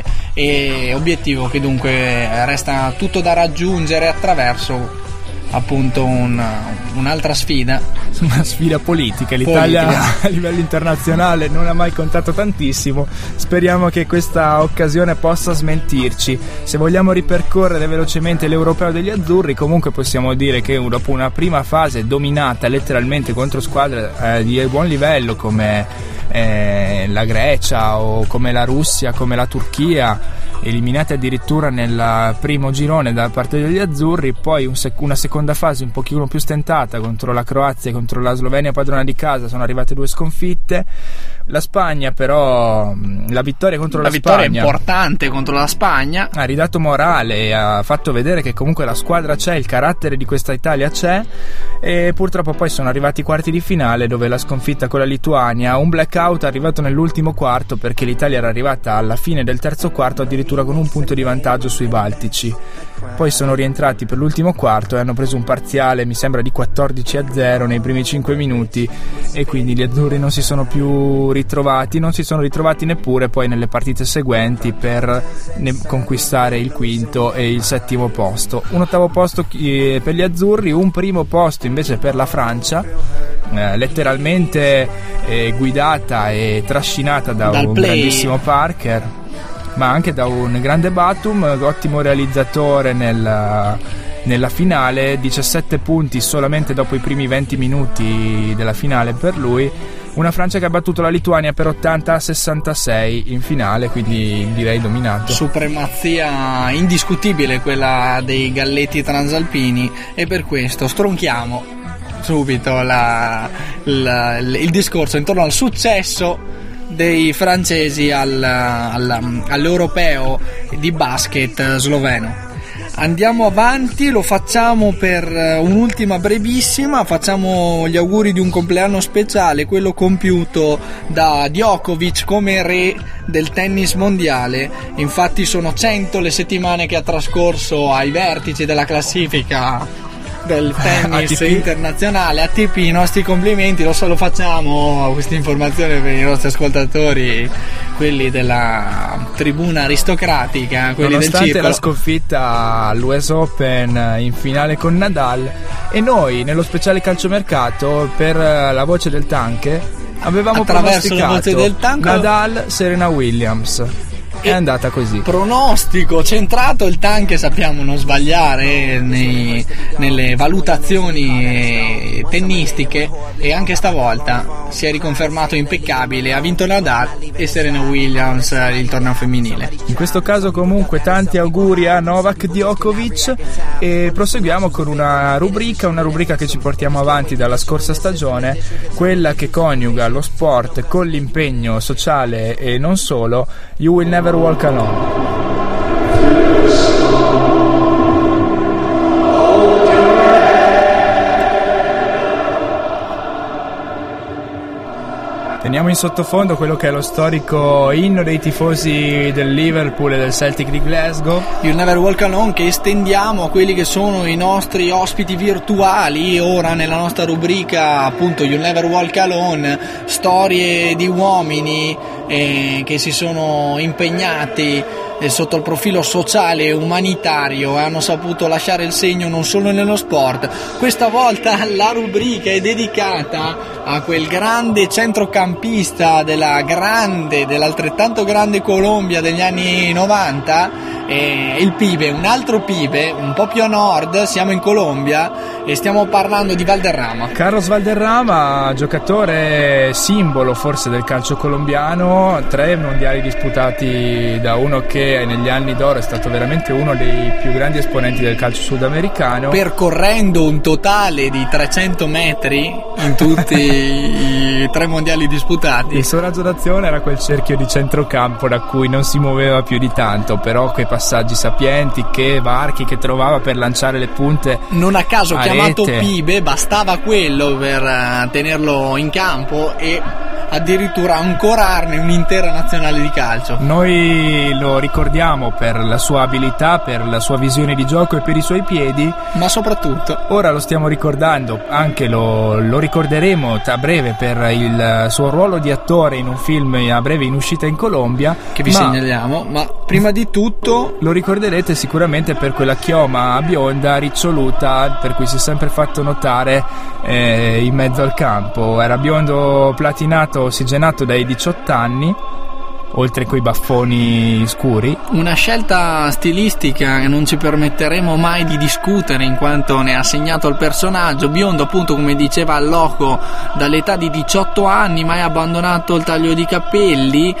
S3: e obiettivo che dunque resta tutto da raggiungere attraverso appunto un, un'altra sfida,
S4: una sfida politica. L'Italia politica. A livello internazionale non ha mai contato tantissimo, speriamo che questa occasione possa smentirci. Se vogliamo ripercorrere velocemente l'europeo degli azzurri, comunque possiamo dire che dopo una prima fase dominata letteralmente contro squadre eh, di buon livello come eh, la Grecia o come la Russia, come la Turchia, eliminate addirittura nel primo girone da parte degli azzurri, poi un sec- una seconda fase un pochino più stentata contro la Croazia e contro la Slovenia padrona di casa, sono arrivate due sconfitte. La Spagna però, la vittoria contro la,
S3: la vittoria
S4: Spagna,
S3: importante contro la Spagna,
S4: ha ridato morale e ha fatto vedere che comunque la squadra c'è, il carattere di questa Italia c'è. E purtroppo poi sono arrivati i quarti di finale, dove la sconfitta con la Lituania, un blackout arrivato nell'ultimo quarto, perché l'Italia era arrivata alla fine del terzo quarto addirittura con un punto di vantaggio sui baltici. Poi sono rientrati per l'ultimo quarto e hanno preso un parziale, mi sembra, di quattordici a zero nei primi cinque minuti, e quindi gli azzurri non si sono più ritrovati, non si sono ritrovati neppure poi nelle partite seguenti per ne- conquistare il quinto e il settimo posto. Un ottavo posto eh, per gli azzurri, un primo posto invece per la Francia, eh, letteralmente eh, guidata e trascinata da Dal un play. grandissimo Parker, ma anche da un grande Batum, ottimo realizzatore nel, nella finale, diciassette punti solamente dopo i primi venti minuti della finale per lui. Una Francia che ha battuto la Lituania per ottanta a sessantasei in finale, quindi direi dominato.
S3: Supremazia indiscutibile quella dei galletti transalpini, e per questo stronchiamo subito la, la, il discorso intorno al successo dei francesi al, al, all'europeo di basket sloveno. Andiamo avanti, lo facciamo per un'ultima brevissima, facciamo gli auguri di un compleanno speciale, quello compiuto da Djokovic come re del tennis mondiale. Infatti sono cento le settimane che ha trascorso ai vertici della classifica del tennis A T P internazionale. A T P, i nostri complimenti, lo solo facciamo questa informazione per i nostri ascoltatori, quelli della tribuna aristocratica, quelli
S4: nonostante
S3: del circolo.
S4: La sconfitta all'U S Open in finale con Nadal, e noi nello speciale calciomercato per la voce del Tanque avevamo
S3: attraverso la voce del Tanque
S4: Nadal, Serena Williams. È andata così.
S3: Pronostico centrato, il Tanque sappiamo non sbagliare nei, nelle valutazioni tennistiche, e anche stavolta si è riconfermato impeccabile, ha vinto Nadal e Serena Williams il torneo femminile.
S4: In questo caso comunque tanti auguri a Novak Djokovic, e proseguiamo con una rubrica, una rubrica che ci portiamo avanti dalla scorsa stagione, quella che coniuga lo sport con l'impegno sociale e non solo. You Will Never Walk Alone. Teniamo in sottofondo quello che è lo storico inno dei tifosi del Liverpool e del Celtic di Glasgow.
S3: You'll Never Walk Alone, che estendiamo a quelli che sono i nostri ospiti virtuali ora nella nostra rubrica, appunto You'll Never Walk Alone, storie di uomini eh, che si sono impegnati eh, sotto il profilo sociale e umanitario e hanno saputo lasciare il segno non solo nello sport. Questa volta la rubrica è dedicata a quel grande centrocampista della grande, dell'altrettanto grande Colombia degli anni novanta, e il Pibe, un altro Pibe un po' più a nord, siamo in Colombia e stiamo parlando di Valderrama.
S4: Carlos Valderrama, giocatore simbolo forse del calcio colombiano, tre mondiali disputati da uno che negli anni d'oro è stato veramente uno dei più grandi esponenti del calcio sudamericano,
S3: percorrendo un totale di trecento metri in tutti i tre mondiali disputati.
S4: Il suo raggio d'azione era quel cerchio di centrocampo da cui non si muoveva più di tanto, però quei passaggi sapienti, che varchi che trovava per lanciare le punte.
S3: Non a caso
S4: a
S3: chiamato
S4: rete.
S3: Pibe, bastava quello per uh, tenerlo in campo e addirittura ancorarne un'intera nazionale di calcio.
S4: Noi lo ricordiamo per la sua abilità, per la sua visione di gioco e per i suoi piedi,
S3: ma soprattutto
S4: ora lo stiamo ricordando, anche lo, lo ricorderemo a breve per il suo ruolo di attore in un film a breve in uscita in Colombia,
S3: che vi ma, segnaliamo, ma prima di tutto
S4: lo ricorderete sicuramente per quella chioma bionda riccioluta per cui si è sempre fatto notare eh, in mezzo al campo. Era biondo platinato, ossigenato dai diciotto anni, oltre quei baffoni scuri.
S3: Una scelta stilistica che non ci permetteremo mai di discutere in quanto ne ha segnato il personaggio. Biondo, appunto, come diceva al loco, dall'età di diciotto anni, mai abbandonato il taglio di capelli.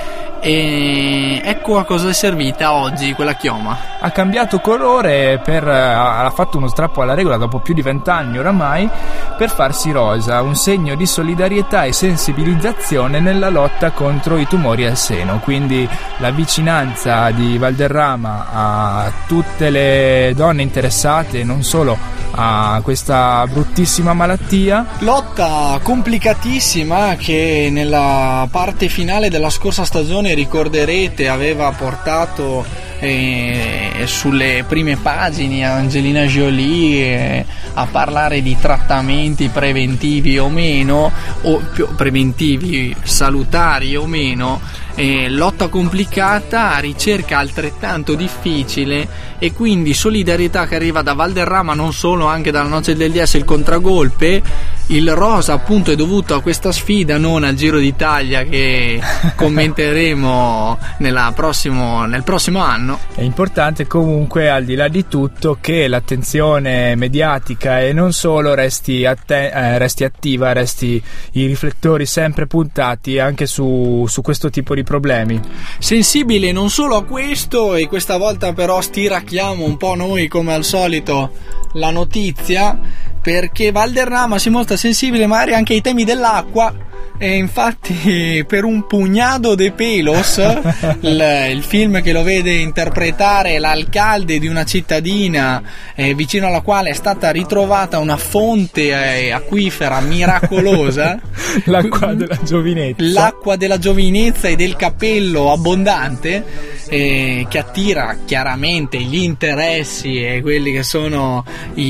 S3: E ecco a cosa è servita oggi quella chioma.
S4: Ha cambiato colore per, ha fatto uno strappo alla regola dopo più di vent'anni oramai per farsi rosa, un segno di solidarietà e sensibilizzazione nella lotta contro i tumori al seno. Quindi la vicinanza di Valderrama a tutte le donne interessate, non solo a questa bruttissima malattia.
S3: Lotta complicatissima che nella parte finale della scorsa stagione, ricorderete, aveva portato eh, sulle prime pagine Angelina Jolie eh, a parlare di trattamenti preventivi o meno, o più preventivi salutari o meno. Eh, lotta complicata, ricerca altrettanto difficile, e quindi solidarietà che arriva da Valderrama, non solo, anche dalla Noce del D S, il contragolpe. Il rosa appunto è dovuto a questa sfida, non al Giro d'Italia che commenteremo nella prossimo, nel prossimo anno.
S4: È importante comunque, al di là di tutto, che l'attenzione mediatica e non solo resti, atten- eh, resti attiva, resti i riflettori sempre puntati anche su, su questo tipo di problemi.
S3: Sensibile non solo a questo, e questa volta però stiracchiamo un po' noi come al solito la notizia, perché Valderrama si mostra sensibile magari anche ai temi dell'acqua. E infatti per un pugnado de pelos il, il film che lo vede interpretare l'alcalde di una cittadina eh, vicino alla quale è stata ritrovata una fonte eh, acquifera miracolosa,
S4: l'acqua della giovinezza
S3: l'acqua della giovinezza e del capello abbondante, eh, che attira chiaramente gli interessi e quelli che sono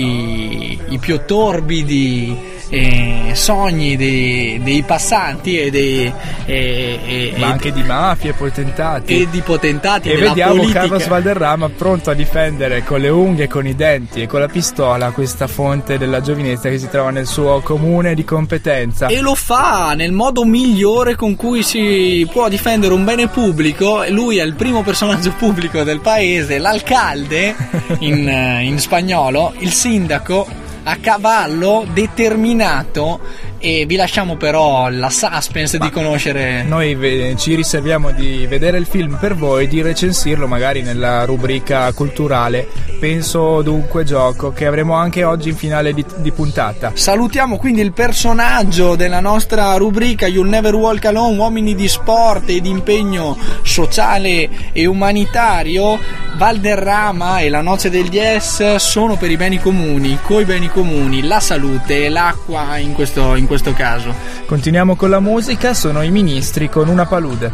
S3: i, i più torbidi eh, sogni dei, dei passanti e dei e, e,
S4: ma anche di mafie, potentati
S3: e di potentati
S4: e
S3: della
S4: vediamo
S3: politica.
S4: Carlos Valderrama pronto a difendere con le unghie, con i denti e con la pistola questa fonte della giovinezza che si trova nel suo comune di competenza,
S3: e lo fa nel modo migliore con cui si può difendere un bene pubblico. Lui è il primo personaggio pubblico del paese, l'alcalde in, in spagnolo, il sindaco a cavallo, determinato, e vi lasciamo però la suspense Ma di conoscere.
S4: Noi ve- ci riserviamo di vedere il film per voi, di recensirlo magari nella rubrica culturale Penso Dunque Gioco, che avremo anche oggi in finale di, di puntata.
S3: Salutiamo quindi il personaggio della nostra rubrica You'll Never Walk Alone, uomini di sport e di impegno sociale e umanitario. Valderrama e la Noce del D S sono per i beni comuni, coi beni comuni, la salute e l'acqua in questo, in questo caso.
S4: Continuiamo con la musica, sono i Ministri con Una palude.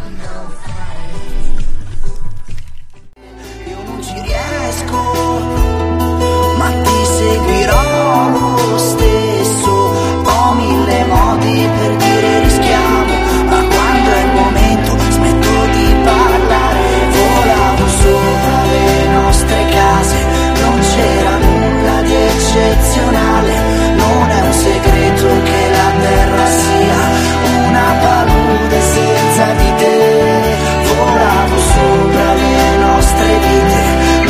S11: Io non ci riesco, ma ti seguirò lo stesso. Ho mille modi per dire rischiamo, ma quando è il momento smetto di parlare. Volavo sopra le nostre case, non c'era nulla di eccezionale. Non è un segreto che la terra sia una palude senza di te. Volavo sopra le nostre vite,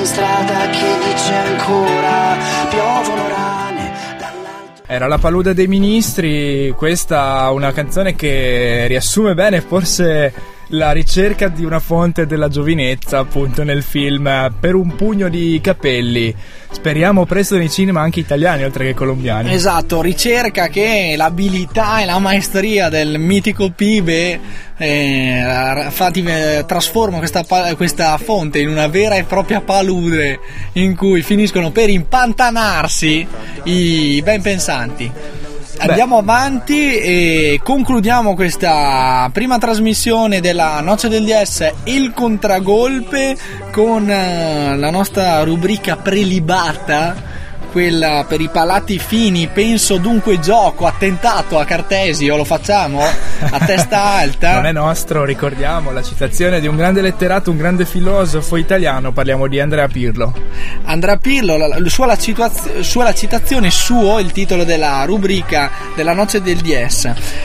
S11: in strada chi dice ancora piovono rane.
S4: Era La palude dei ministri, questa una canzone che riassume bene forse la ricerca di una fonte della giovinezza appunto nel film Per un pugno di capelli. Speriamo presto nei cinema anche italiani oltre che colombiani.
S3: Esatto, ricerca che l'abilità e la maestria del mitico Pibe eh, fatti, eh, trasforma questa, questa fonte in una vera e propria palude in cui finiscono per impantanarsi i ben pensanti. Andiamo Beh. avanti e concludiamo questa prima trasmissione della Noce del D S, il contragolpe, con uh, la nostra rubrica prelibata, quella per i palati fini. Penso dunque gioco, attentato a Cartesio, lo facciamo a testa alta.
S4: Non è nostro, ricordiamo la citazione di un grande letterato, un grande filosofo italiano, parliamo di Andrea Pirlo.
S3: Andrea Pirlo, la, la, sua, la, citazio, sua la citazione, suo il titolo della rubrica della Noce del D S.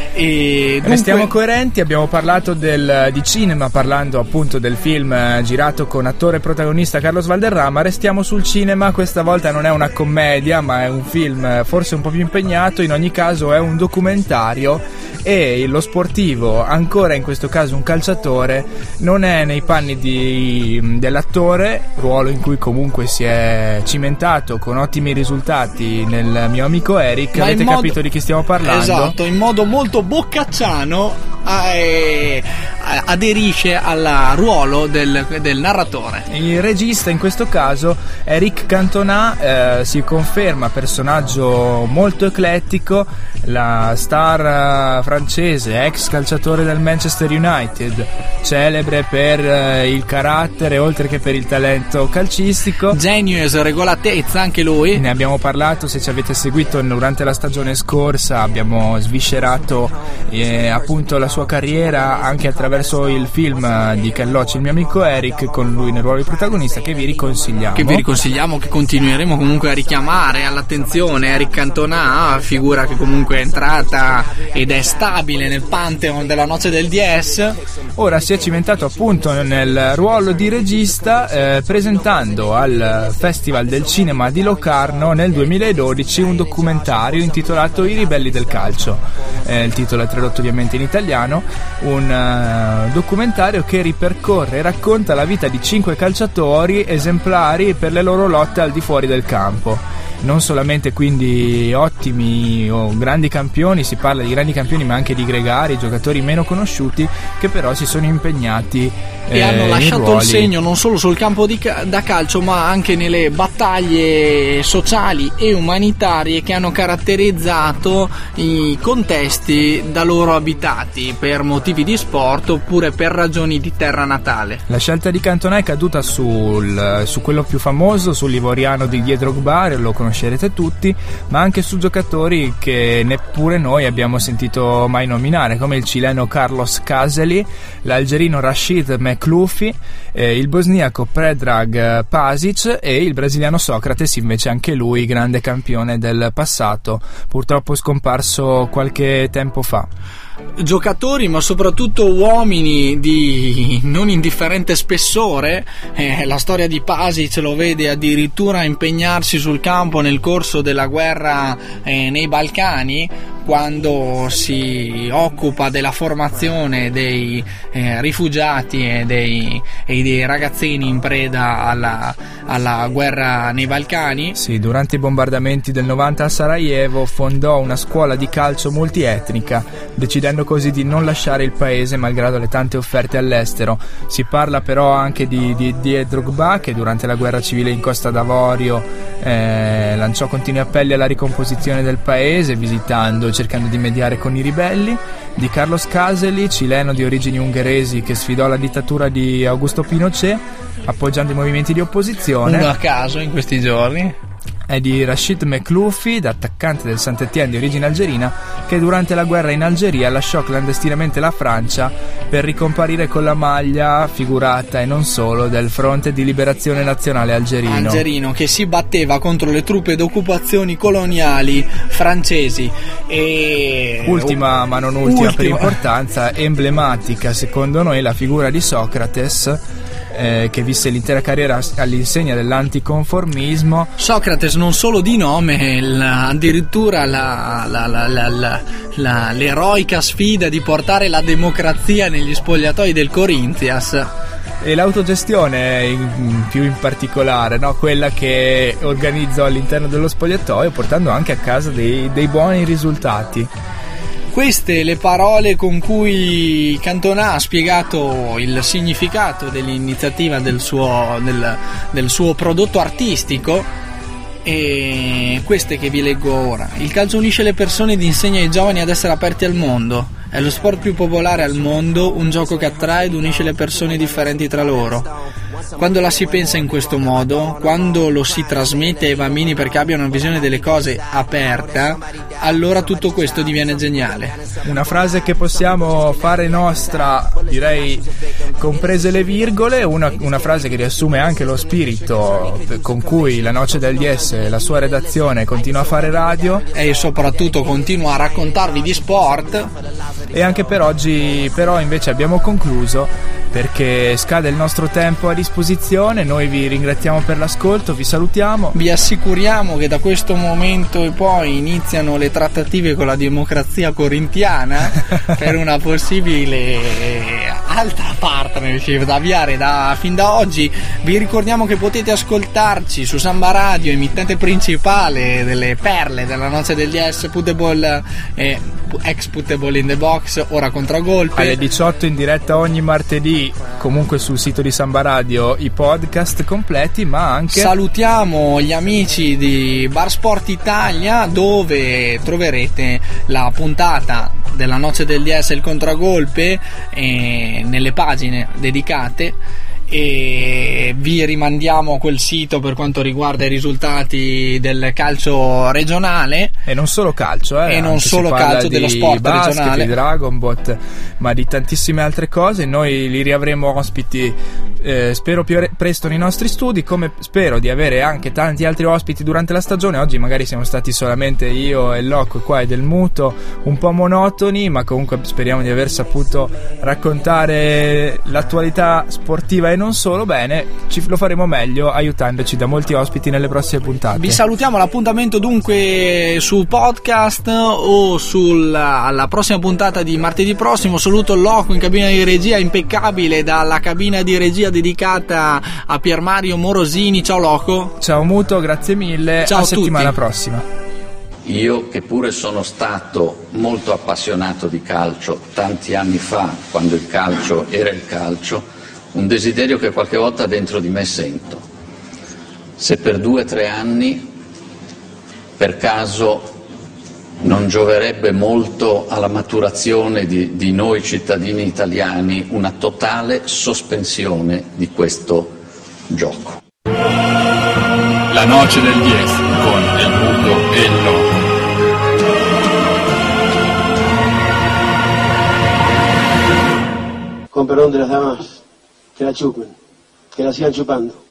S3: E dunque...
S4: Restiamo coerenti, abbiamo parlato del, di cinema parlando appunto del film eh, girato con attore protagonista Carlos Valderrama. Restiamo sul cinema, questa volta non è una commedia media, ma è un film forse un po' più impegnato, in ogni caso è un documentario e lo sportivo, ancora in questo caso un calciatore, non è nei panni di, dell'attore, ruolo in cui comunque si è cimentato con ottimi risultati nel Mio amico Eric. Ma avete modo, capito di chi stiamo parlando?
S3: Esatto, in modo molto boccacciano eh, aderisce al ruolo del, del narratore.
S4: Il regista in questo caso è Eric Cantona, eh, si conferma personaggio molto eclettico, la star francese, ex calciatore del Manchester United, celebre per eh, il carattere oltre che per il talento calcistico,
S3: genio e regolatezza anche lui.
S4: Ne abbiamo parlato, se ci avete seguito durante la stagione scorsa, abbiamo sviscerato eh, appunto la sua carriera anche attraverso il film di Ken Loach, Il mio amico Eric, con lui nel ruolo di protagonista, che vi riconsigliamo
S3: che vi riconsigliamo che continueremo comunque a richiamare all'attenzione. Eric Cantona, figura che comunque è entrata ed è stabile nel pantheon della Noce del D S.
S4: Ora si è cimentato appunto nel ruolo di regista, eh, presentando al Festival del Cinema di Locarno nel duemiladodici un documentario intitolato I ribelli del calcio. Eh, il titolo è tradotto ovviamente in italiano, un uh, documentario che ripercorre e racconta la vita di cinque calciatori esemplari per le loro lotte al di fuori del campo. Non solamente quindi ottimi o grandi campioni, si parla di grandi campioni ma anche di gregari, giocatori meno conosciuti che però si sono impegnati
S3: e
S4: eh,
S3: hanno lasciato
S4: ruoli.
S3: il segno non solo sul campo di ca- da calcio ma anche nelle battaglie sociali e umanitarie che hanno caratterizzato i contesti da loro abitati per motivi di sport oppure per ragioni di terra natale.
S4: La scelta di Cantona è caduta sul, su quello più famoso, sull'ivoriano di Didier Drogba, lo conoscerete tutti, ma anche su giocatori che neppure noi abbiamo sentito mai nominare, come il cileno Carlos Caseli, l'algerino Rashid Mekloufi, eh, il bosniaco Predrag Pasic e il brasiliano Socrates, invece anche lui grande campione del passato, purtroppo scomparso qualche tempo fa.
S3: Giocatori ma soprattutto uomini di non indifferente spessore. Eh, la storia di Pasic lo vede addirittura impegnarsi sul campo nel corso della guerra eh, nei Balcani, quando si occupa della formazione dei eh, rifugiati e dei, e dei ragazzini in preda alla, alla guerra nei Balcani.
S4: Sì, durante i bombardamenti del novanta a Sarajevo fondò una scuola di calcio multietnica, decidendo così di non lasciare il paese malgrado le tante offerte all'estero. Si parla però anche di, di, di Drogba, che durante la guerra civile in Costa d'Avorio eh, lanciò continui appelli alla ricomposizione del paese, visitando cercando di mediare con i ribelli, di Carlos Caseli, cileno di origini ungheresi che sfidò la dittatura di Augusto Pinochet appoggiando i movimenti di opposizione.
S3: Uno a caso in questi giorni.
S4: È di Rashid Mekloufi, da attaccante del Saint-Étienne di origine algerina, che durante la guerra in Algeria lasciò clandestinamente la Francia per ricomparire con la maglia figurata e non solo del Fronte di Liberazione Nazionale Algerino.
S3: Algerino, che si batteva contro le truppe d'occupazioni coloniali francesi. E
S4: ultima ma non ultima, ultima per importanza, emblematica secondo noi la figura di Socrates, eh, che visse l'intera carriera all'insegna dell'anticonformismo.
S3: Socrate non solo di nome, la, addirittura la, la, la, la, la, la, l'eroica sfida di portare la democrazia negli spogliatoi del Corinthians.
S4: E l'autogestione in, più in particolare, no? Quella che organizzò all'interno dello spogliatoio, portando anche a casa dei, dei buoni risultati.
S3: Queste le parole con cui Cantona ha spiegato il significato dell'iniziativa del suo, del, del suo prodotto artistico, e queste che vi leggo ora. Il calcio unisce le persone ed insegna ai giovani ad essere aperti al mondo. È lo sport più popolare al mondo, un gioco che attrae ed unisce le persone differenti tra loro. Quando la si pensa in questo modo, quando lo si trasmette ai bambini perché abbiano una visione delle cose aperta, allora tutto questo diviene geniale.
S4: Una frase che possiamo fare nostra, direi comprese le virgole, una, una frase che riassume anche lo spirito con cui la Noce del D S e la sua redazione continua a fare radio
S3: e soprattutto continua a raccontarvi di sport.
S4: E anche per oggi però invece abbiamo concluso, perché scade il nostro tempo a disposizione. Noi vi ringraziamo per l'ascolto, vi salutiamo,
S3: vi assicuriamo che da questo momento e poi iniziano le trattative con la democrazia corintiana per una possibile altra partnership da avviare da, fin da oggi. Vi ricordiamo che potete ascoltarci su Samba Radio, emittente principale delle perle della Noce del D S, Puteball e ex Puteball in the Box, ora Contragolpe,
S4: alle diciotto in diretta ogni martedì, comunque sul sito di Samba Radio i podcast completi, ma anche
S3: salutiamo gli amici di Bar Sport Italia, dove troverete la puntata della Noce del D S e il Contragolpe eh, nelle pagine dedicate, e vi rimandiamo a quel sito per quanto riguarda i risultati del calcio regionale,
S4: e non solo calcio eh,
S3: e non solo calcio, dello sport
S4: basket,
S3: regionale,
S4: di Dragonbot, ma di tantissime altre cose. Noi li riavremo ospiti, eh, spero più presto nei nostri studi, come spero di avere anche tanti altri ospiti durante la stagione. Oggi magari siamo stati solamente io e Loco qua e Del Muto, un po' monotoni, ma comunque speriamo di aver saputo raccontare l'attualità sportiva e non solo bene. Ci lo faremo meglio aiutandoci da molti ospiti nelle prossime puntate.
S3: Vi salutiamo, l'appuntamento dunque su podcast o sulla alla prossima puntata di martedì prossimo. Saluto il Loco in cabina di regia, impeccabile dalla cabina di regia dedicata a Pier Mario Morosini. Ciao Loco.
S4: Ciao Muto, grazie mille.
S3: Ciao
S4: a,
S3: a
S4: settimana
S3: tutti.
S4: Prossima.
S19: Io, che pure sono stato molto appassionato di calcio tanti anni fa, quando il calcio era il calcio, un desiderio che qualche volta dentro di me sento. Se per due o tre anni per caso non gioverebbe molto alla maturazione di, di noi cittadini italiani una totale sospensione di questo gioco.
S1: La Noce del D S con il Muto e il Loco.
S2: Con perdón de las damas, que la chupen, que la sigan chupando.